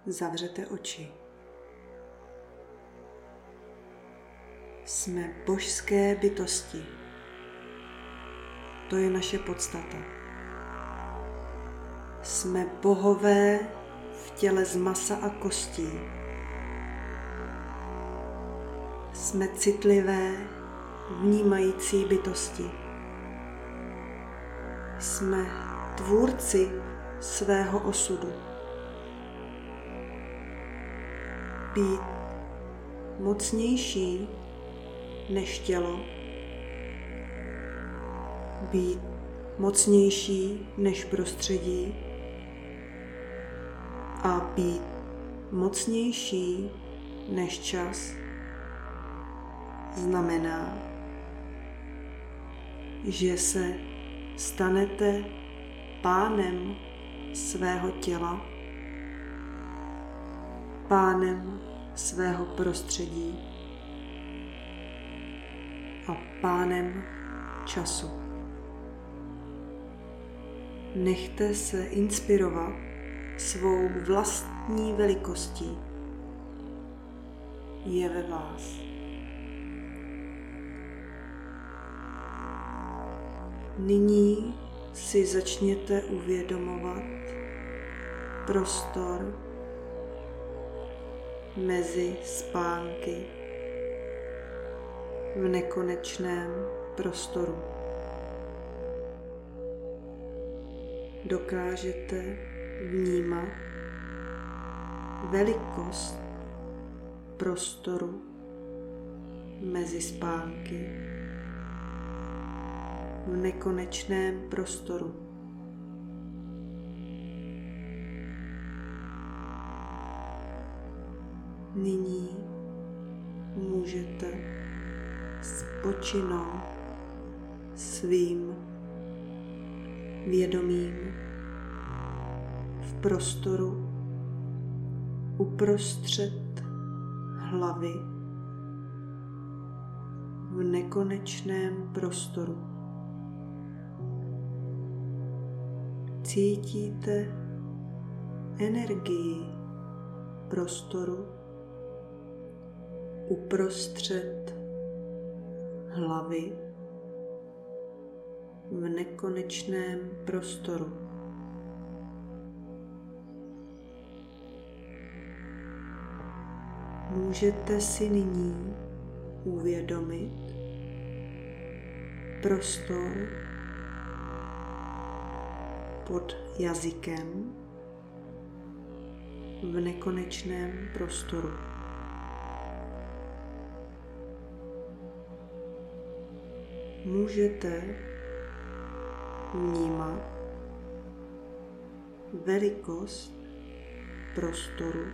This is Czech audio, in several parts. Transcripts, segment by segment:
zavřete oči. Jsme božské bytosti. To je naše podstata. Jsme bohové v těle z masa a kostí. Jsme citlivé, vnímající bytosti. Jsme tvůrci svého osudu. Být mocnější než tělo. Být mocnější než prostředí. A být mocnější než čas znamená, že se stanete pánem svého těla, pánem svého prostředí a pánem času. Nechte se inspirovat svou vlastní velikostí. Je ve vás. Nyní si začněte uvědomovat prostor mezi spánky v nekonečném prostoru. Dokážete vnímat velikost prostoru mezi spánky v nekonečném prostoru. Nyní můžete spočinout svým vědomím v prostoru uprostřed hlavy v nekonečném prostoru. Cítíte energii prostoru uprostřed hlavy v nekonečném prostoru. Můžete si nyní uvědomit prostor pod jazykem v nekonečném prostoru. Můžete vnímat velikost prostoru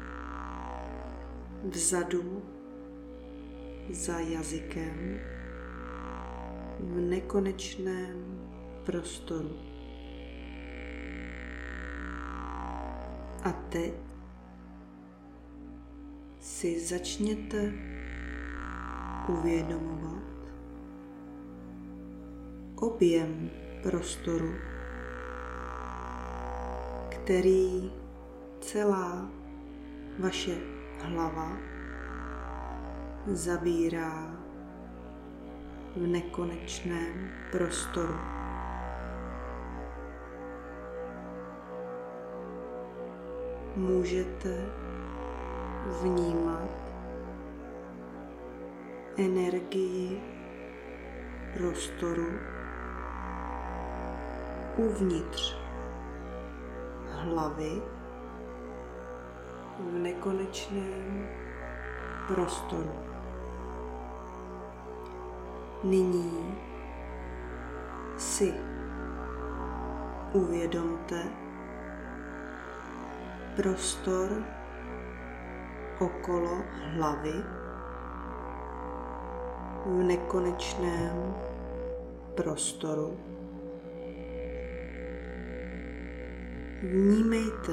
vzadu za jazykem v nekonečném prostoru. A teď si začněte uvědomovat objem prostoru, který celá vaše hlava zabírá v nekonečném prostoru. Můžete vnímat energii prostoru uvnitř hlavy v nekonečném prostoru. Nyní si uvědomte prostor okolo hlavy v nekonečném prostoru. Vnímejte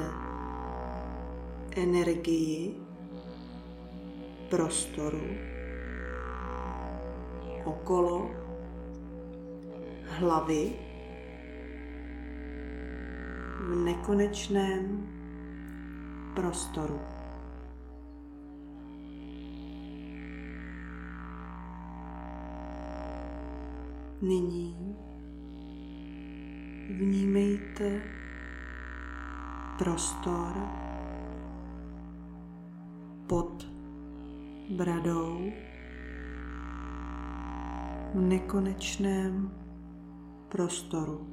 energii prostoru okolo hlavy v nekonečném prostoru. Nyní vnímejte prostor pod bradou v nekonečném prostoru.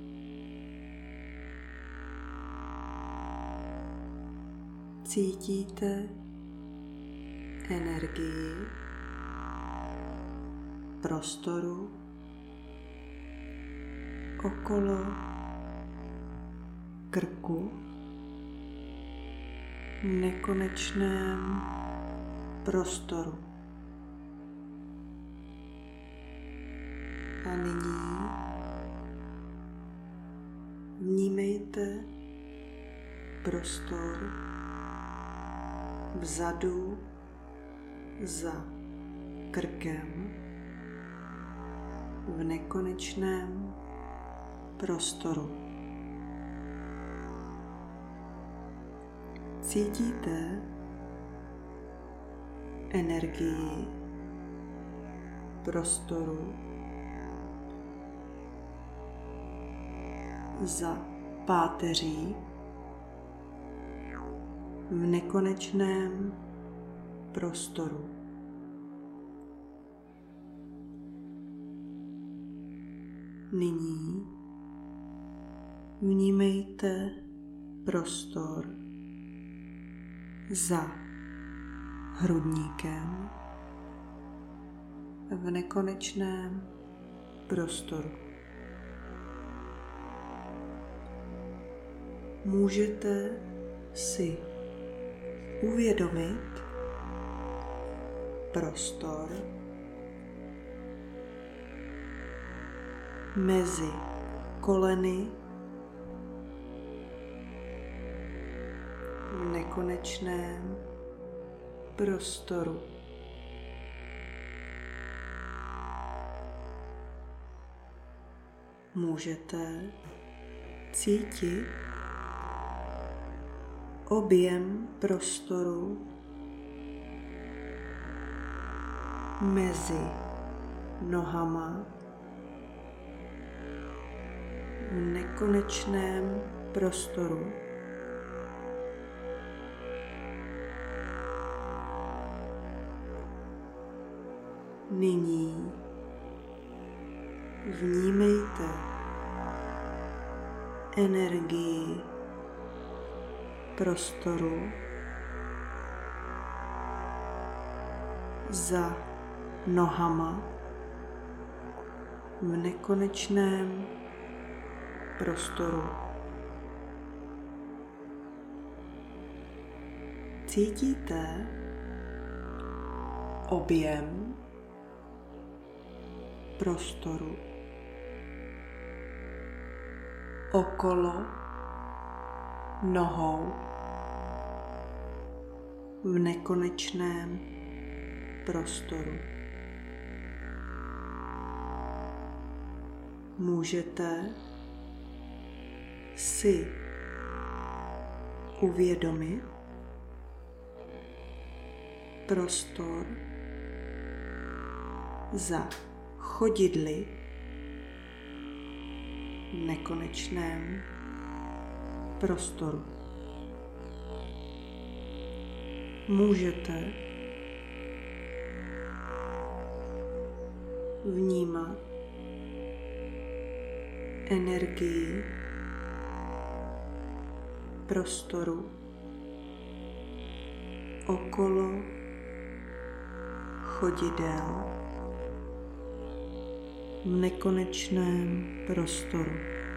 Cítíte energii prostoru okolo krku v nekonečném prostoru. A nyní vnímejte prostor vzadu za krkem v nekonečném prostoru. Cítíte energii prostoru za páteří v nekonečném prostoru. Nyní vnímejte prostor za hrudníkem v nekonečném prostoru. Můžete si uvědomit prostor mezi koleny v nekonečném prostoru. Můžete cítit objem prostoru mezi nohama v nekonečném prostoru. Nyní vnímejte energii prostoru za nohama v nekonečném prostoru. Cítíte objem prostoru okolo nohou v nekonečném prostoru. Můžete si uvědomit prostor za chodidly v nekonečném prostoru. Můžete vnímat energii prostoru okolo chodidel v nekonečném prostoru.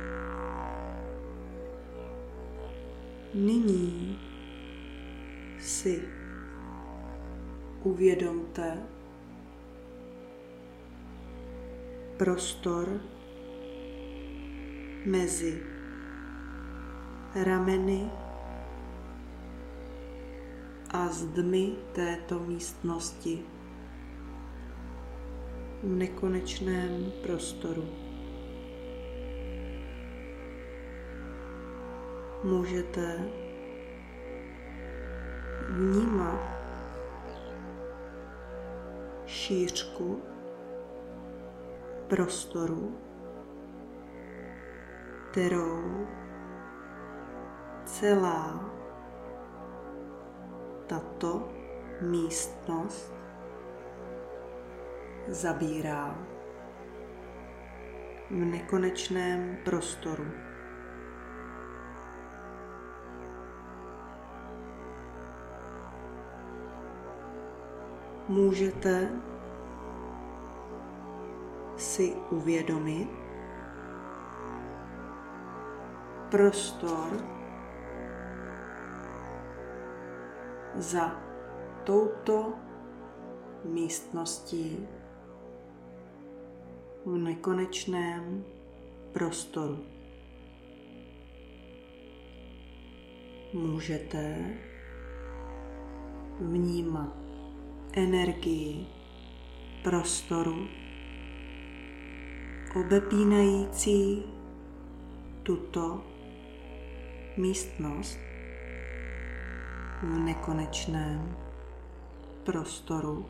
Nyní si uvědomte prostor mezi rameny a zdmi této místnosti v nekonečném prostoru. Můžete vnímat šířku prostoru, kterou celá tato místnost zabírá v nekonečném prostoru. Můžete si uvědomit prostor za touto místností v nekonečném prostoru. Můžete vnímat energii prostoru obepínající tuto místnost v nekonečném prostoru.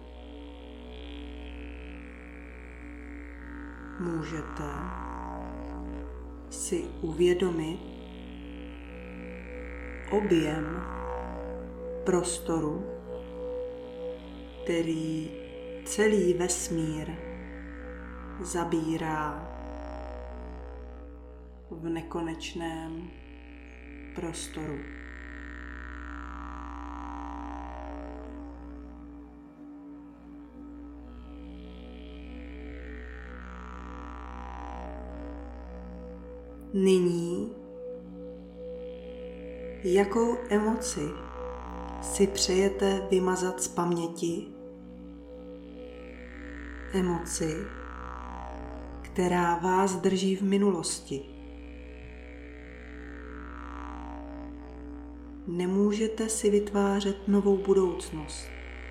Můžete si uvědomit objem prostoru, který celý vesmír zabírá v nekonečném prostoru. Nyní, jakou emoci si přejete vymazat z paměti? Emoci, která vás drží v minulosti. Nemůžete si vytvářet novou budoucnost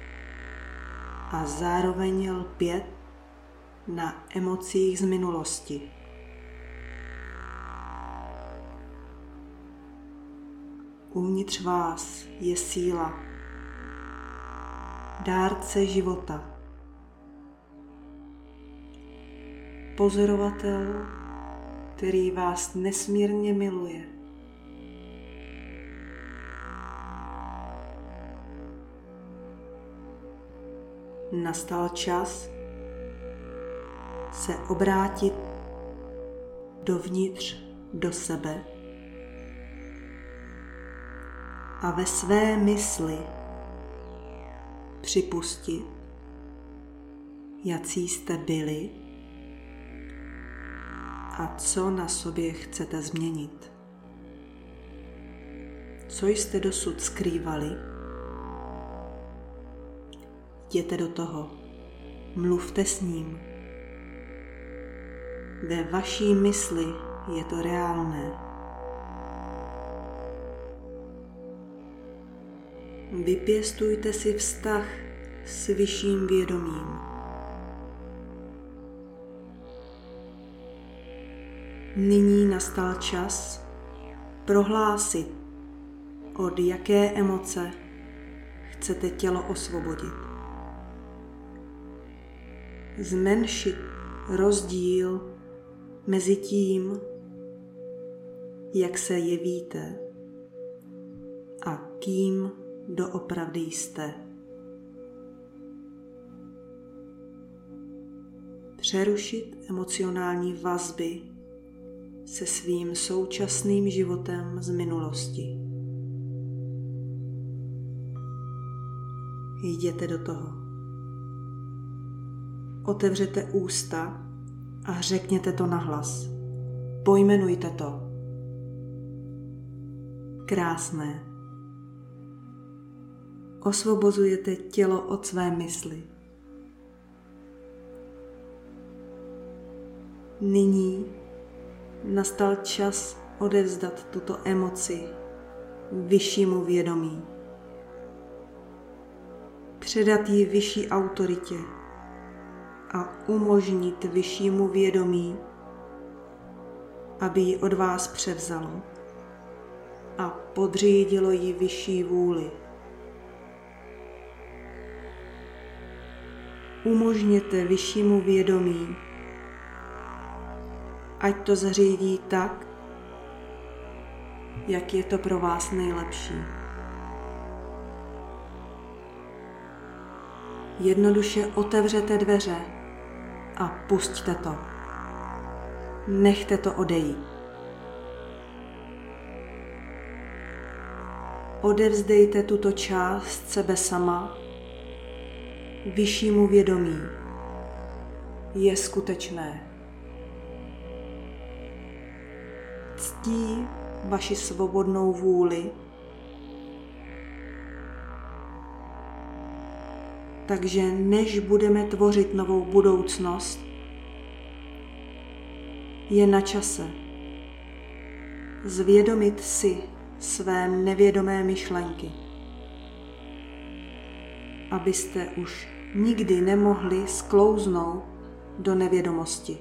a zároveň lpět na emocích z minulosti. Uvnitř vás je síla, dárce života, pozorovatel, který vás nesmírně miluje. Nastal čas se obrátit dovnitř do sebe a ve své mysli připustit, jací jste byli a co na sobě chcete změnit. Co jste dosud skrývali? Jděte do toho, mluvte s ním. Ve vaší mysli je to reálné. Vypěstujte si vztah s vyšším vědomím. Nyní nastal čas prohlásit, od jaké emoce chcete tělo osvobodit. Zmenšit rozdíl mezi tím, jak se jevíte a kým doopravdy jste. Přerušit emocionální vazby se svým současným životem z minulosti. Jděte do toho. Otevřete ústa a řekněte to nahlas. Pojmenujte to. Krásné. Osvobozujete tělo od své mysli. Nyní nastal čas odevzdat tuto emoci vyššímu vědomí. Předat ji vyšší autoritě a umožnit vyššímu vědomí, aby ji od vás převzalo a podřídilo ji vyšší vůli. umožněte vyššímu vědomí, ať to zařídí tak, jak je to pro vás nejlepší. Jednoduše otevřete dveře a pusťte to. Nechte to odejít. Odevzdejte tuto část sebe sama vyššímu vědomí. Je skutečné. Ctí vaši svobodnou vůli, takže než budeme tvořit novou budoucnost, je na čase zvědomit si své nevědomé myšlenky, abyste už nikdy nemohli sklouznout do nevědomosti.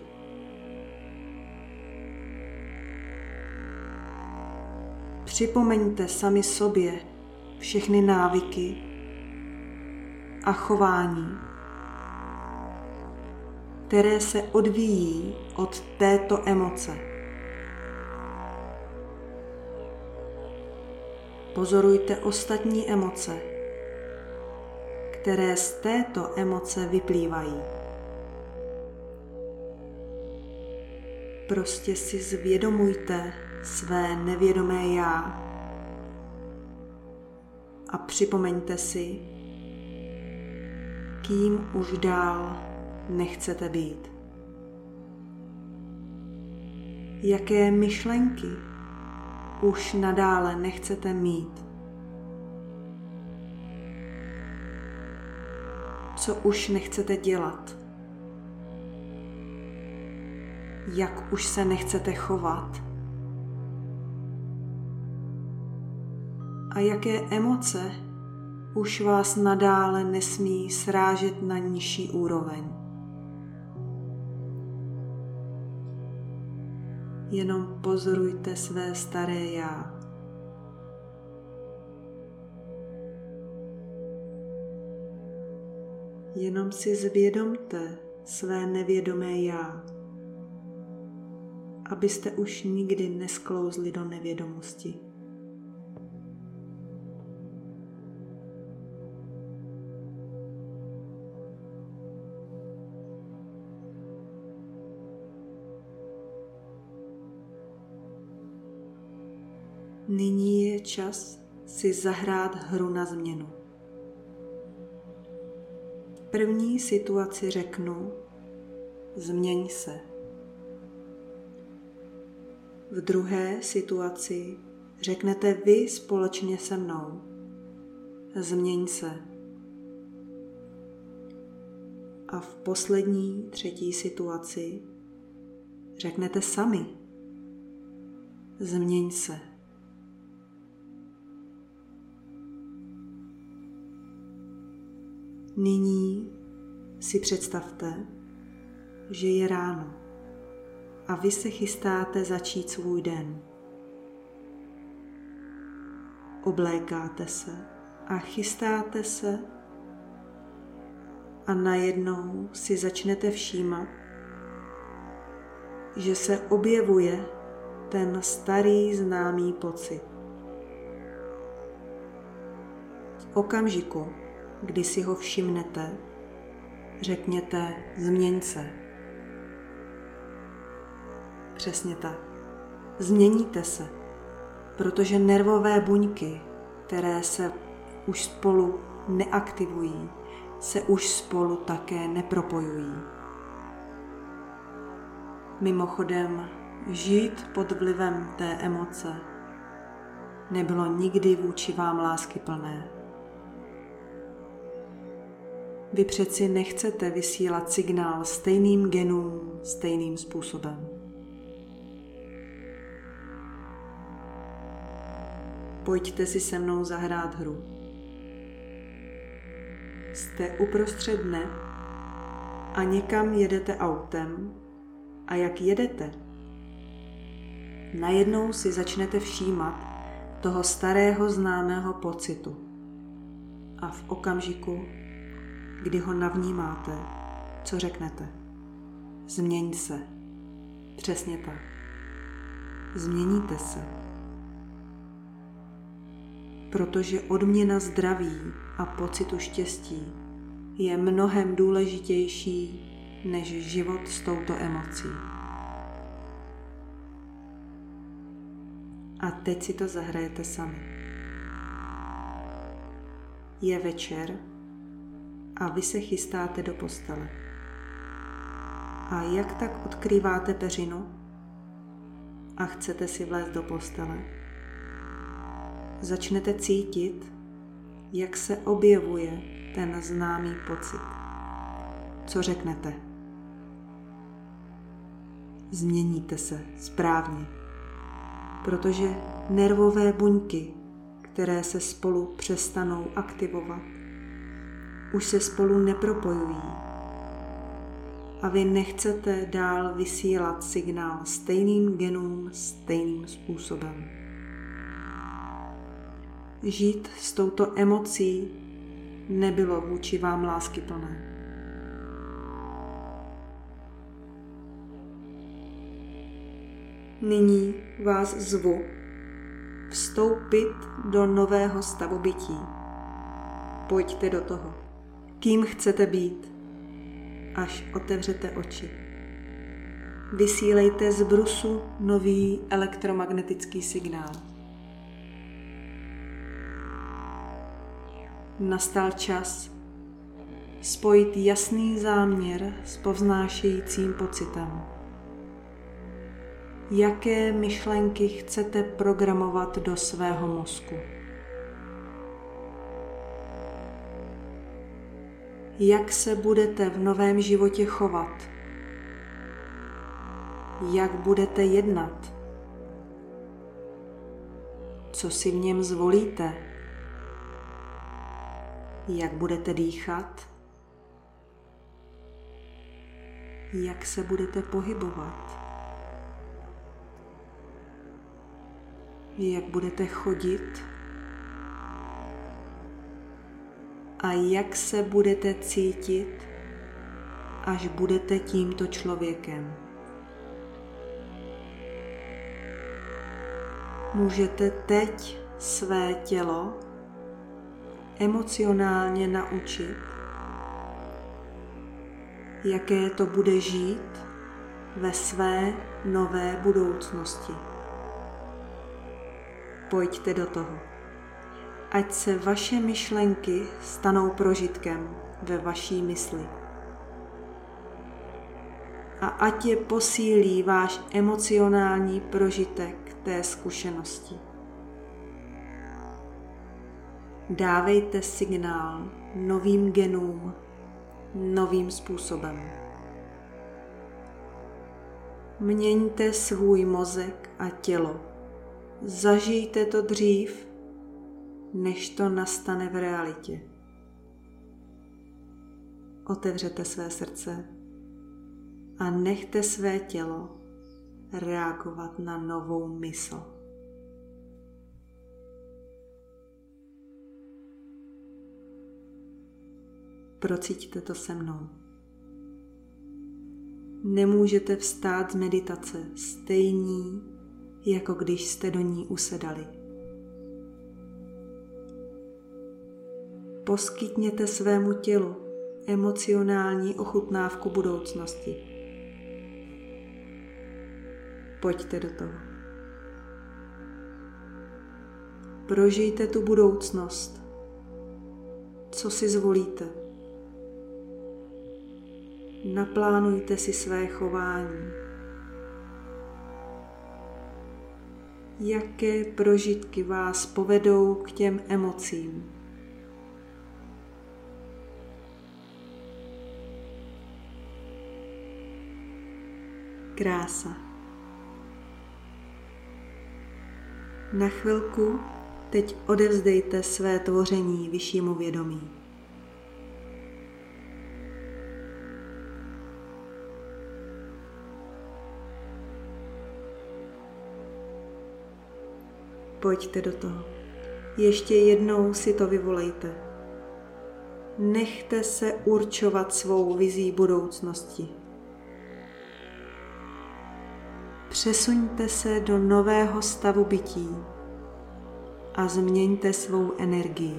Připomeňte sami sobě všechny návyky a chování, které se odvíjí od této emoce. Pozorujte ostatní emoce, které z této emoce vyplývají. Prostě si zvědomujte své nevědomé já a připomeňte si, kým už dál nechcete být. Jaké myšlenky už nadále nechcete mít. Co už nechcete dělat. Jak už se nechcete chovat. A jaké emoce už vás nadále nesmí srážet na nižší úroveň. Jenom pozorujte své staré já. Jenom si zvědomte své nevědomé já, abyste už nikdy nesklouzli do nevědomosti. Nyní je čas si zahrát hru na změnu. V první situaci řeknu: změň se. V druhé situaci řeknete vy společně se mnou: změň se. A v poslední, třetí situaci řeknete sami: změň se. Nyní si představte, že je ráno a vy se chystáte začít svůj den. Oblékáte se a chystáte se a najednou si začnete všímat, že se objevuje ten starý známý pocit. V okamžiku, kdy si ho všimnete, řekněte: změň se. Přesně tak. Změníte se, protože nervové buňky, které se už spolu neaktivují, se už spolu také nepropojují. Mimochodem, žít pod vlivem té emoce nebylo nikdy vůči vám láskyplné. Vy přeci nechcete vysílat signál stejným genům stejným způsobem. Pojďte si se mnou zahrát hru. Jste uprostřed dne a někam jedete autem a jak jedete, najednou si začnete všímat toho starého známého pocitu a v okamžiku kdy ho navnímáte, co řeknete? Změň se. Přesně tak. Změníte se. Protože odměna zdraví a pocitu štěstí je mnohem důležitější než život s touto emocí. A teď si to zahrajete sami. Je večer a vy se chystáte do postele. A jak tak odkrýváte peřinu a chcete si vlézt do postele, začnete cítit, jak se objevuje ten známý pocit. Co řeknete? Změníte se správně, protože nervové buňky, které se spolu přestanou aktivovat, už se spolu nepropojují a vy nechcete dál vysílat signál stejným genům stejným způsobem. Žít s touto emocí nebylo vůči vám láskyplné. Nyní vás zvu vstoupit do nového stavu bytí. Pojďte do toho. Kým chcete být, až otevřete oči. Vysílejte z brusu nový elektromagnetický signál. Nastal čas spojit jasný záměr s povznášejícím pocitem. Jaké myšlenky chcete programovat do svého mozku? Jak se budete v novém životě chovat? Jak budete jednat? Co si v něm zvolíte? Jak budete dýchat? Jak se budete pohybovat? Jak budete chodit? A jak se budete cítit, až budete tímto člověkem? Můžete teď své tělo emocionálně naučit, jaké to bude žít ve své nové budoucnosti. Pojďte do toho. Ať se vaše myšlenky stanou prožitkem ve vaší mysli. A ať je posílí váš emocionální prožitek té zkušenosti. Dávejte signál novým genům, novým způsobem. Měňte svůj mozek a tělo. Zažijte to dřív, než to nastane v realitě. Otevřete své srdce a nechte své tělo reagovat na novou mysl. Procíťte to se mnou. Nemůžete vstát z meditace stejní, jako když jste do ní usedali. Poskytněte svému tělu emocionální ochutnávku budoucnosti. Pojďte do toho. Prožijte tu budoucnost. Co si zvolíte? Naplánujte si své chování. Jaké prožitky vás povedou k těm emocím? Krása. Na chvilku teď odevzdejte své tvoření vyššímu vědomí. Pojďte do toho. Ještě jednou si to vyvolejte. Nechte se určovat svou vizí budoucnosti. Přesuňte se do nového stavu bytí a změňte svou energii.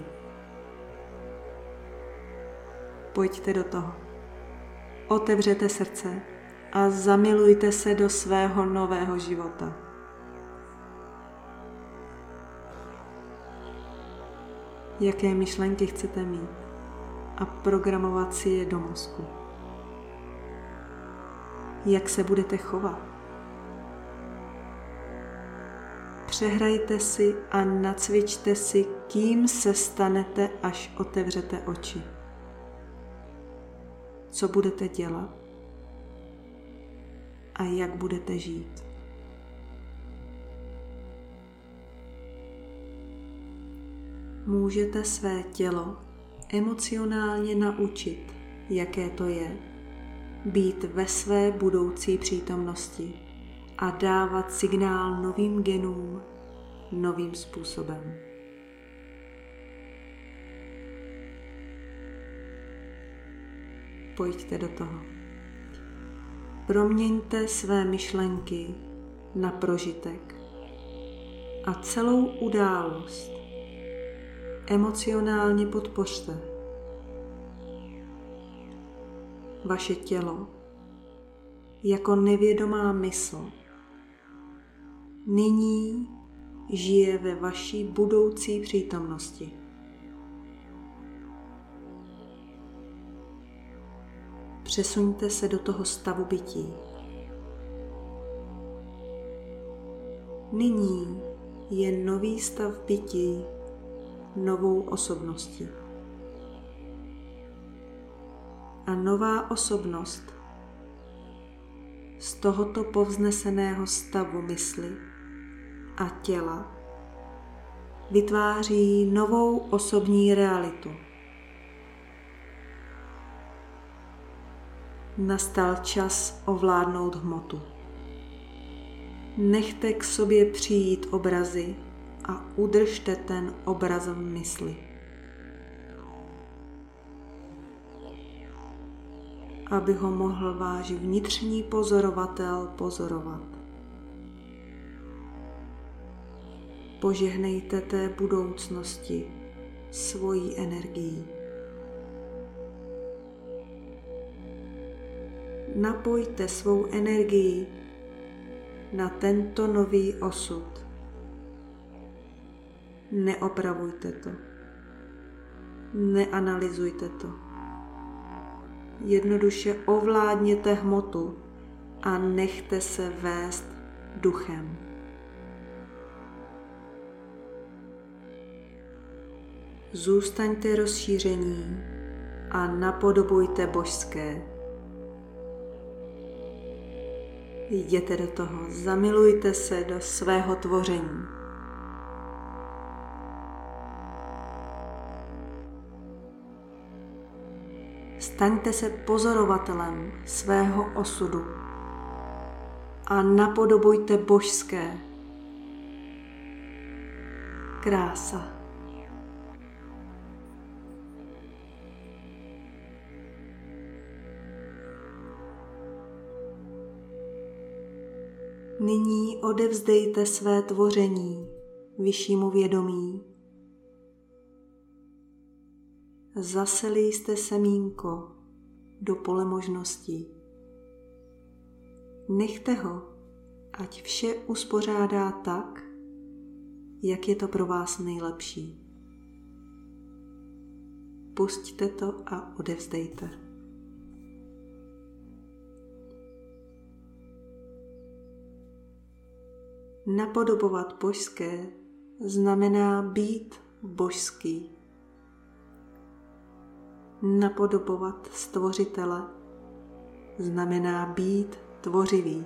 Pojďte do toho. Otevřete srdce a zamilujte se do svého nového života. Jaké myšlenky chcete mít a programovat si je do mozku. Jak se budete chovat. Přehrajte si a nacvičte si, kým se stanete, až otevřete oči. Co budete dělat a jak budete žít. Můžete své tělo emocionálně naučit, jaké to je být ve své budoucí přítomnosti a dávat signál novým genům novým způsobem. Pojďte do toho. Proměňte své myšlenky na prožitek a celou událost emocionálně podpořte. Vaše tělo jako nevědomá mysl nyní žije ve vaší budoucí přítomnosti. Přesuňte se do toho stavu bytí. Nyní je nový stav bytí novou osobností. A nová osobnost z tohoto povzneseného stavu mysli a těla vytváří novou osobní realitu. Nastal čas ovládnout hmotu. Nechte k sobě přijít obrazy a udržte ten obraz v mysli. Aby ho mohl váš vnitřní pozorovatel pozorovat. Požehnejte té budoucnosti svojí energií. Napojte svou energii na tento nový osud. Neopravujte to. Neanalyzujte to. Jednoduše ovládněte hmotu a nechte se vést duchem. Zůstaňte rozšíření a napodobujte božské. Jděte do toho, zamilujte se do svého tvoření. Staňte se pozorovatelem svého osudu a napodobujte božské. Krása. Nyní odevzdejte své tvoření vyššímu vědomí. Zaseli jste semínko do pole možností. Nechte ho, ať vše uspořádá tak, jak je to pro vás nejlepší. Pusťte to a odevzdejte. Napodobovat božské znamená být božský. Napodobovat stvořitele znamená být tvořivý.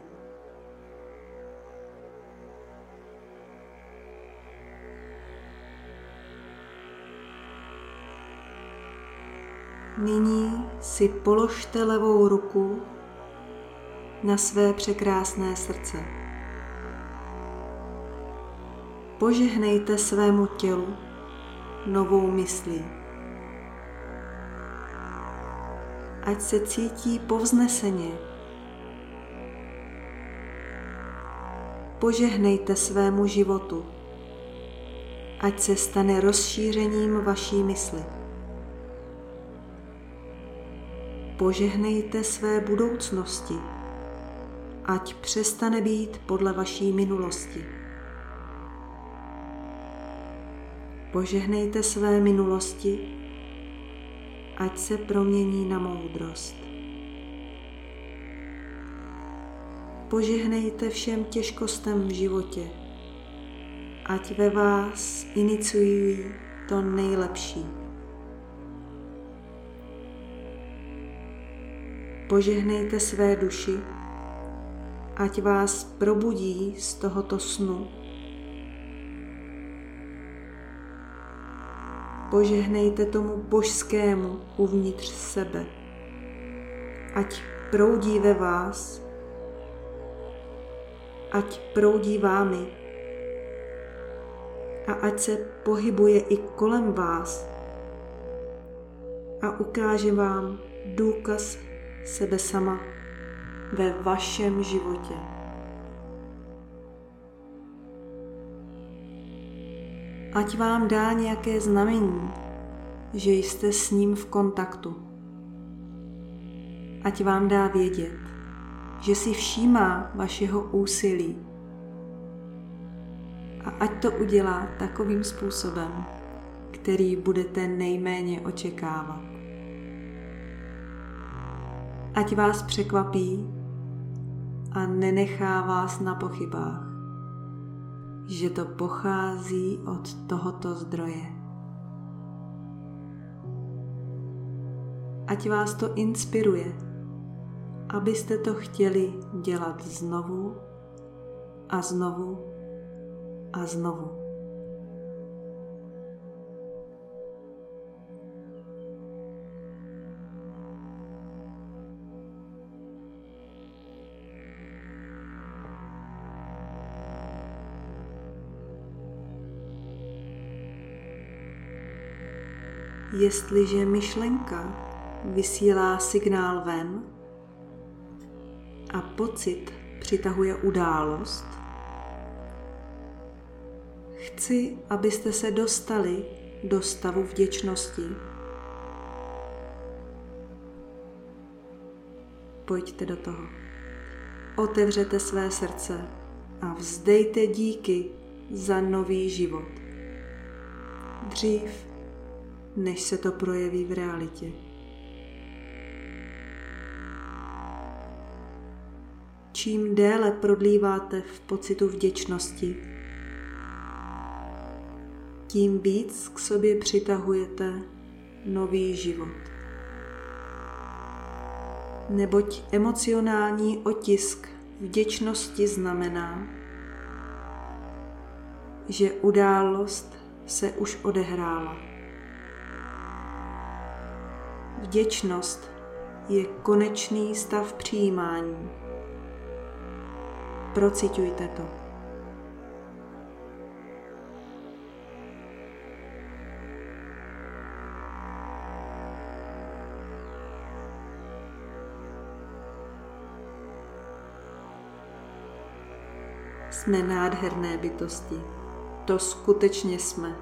Nyní si položte levou ruku na své překrásné srdce. Požehnejte svému tělu novou myslí. ať se cítí povzneseně. Požehnejte svému životu, ať se stane rozšířením vaší mysli. Požehnejte své budoucnosti, ať přestane být podle vaší minulosti. Požehnejte své minulosti, ať se promění na moudrost. Požehnejte všem těžkostem v životě, ať ve vás iniciují to nejlepší. Požehnejte své duši, ať vás probudí z tohoto snu. Požehnejte tomu božskému uvnitř sebe, ať proudí ve vás, ať proudí vámi a ať se pohybuje i kolem vás a ukáže vám důkaz sebe sama ve vašem životě. Ať vám dá nějaké znamení, že jste s ním v kontaktu. Ať vám dá vědět, že si všímá vašeho úsilí. A ať to udělá takovým způsobem, který budete nejméně očekávat. Ať vás překvapí a nenechá vás na pochybách, že to pochází od tohoto zdroje. Ať vás to inspiruje, abyste to chtěli dělat znovu a znovu a znovu. Jestliže myšlenka vysílá signál ven a pocit přitahuje událost, chci, abyste se dostali do stavu vděčnosti. Pojďte do toho. Otevřete své srdce a vzdejte díky za nový život. Dřív, než se to projeví v realitě. Čím déle prodlíváte v pocitu vděčnosti, tím víc k sobě přitahujete nový život. Neboť emocionální otisk vděčnosti znamená, že událost se už odehrála. Vděčnost je konečný stav přijímání. Prociťujte to. Jsme nádherné bytosti. To skutečně jsme.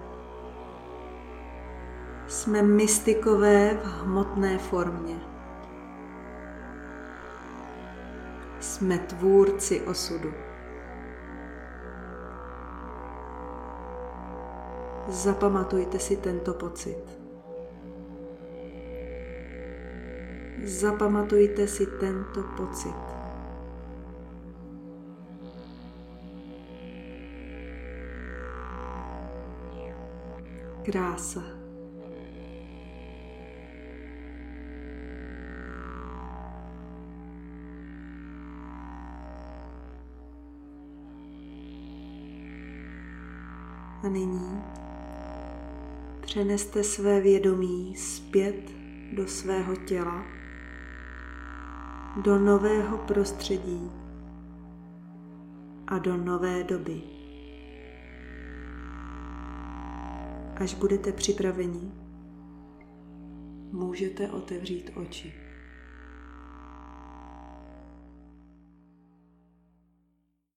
Jsme mystikové v hmotné formě. Jsme tvůrci osudu. Zapamatujte si tento pocit. Zapamatujte si tento pocit. Krása. A nyní přeneste své vědomí zpět do svého těla, do nového prostředí a do nové doby. Až budete připraveni, můžete otevřít oči.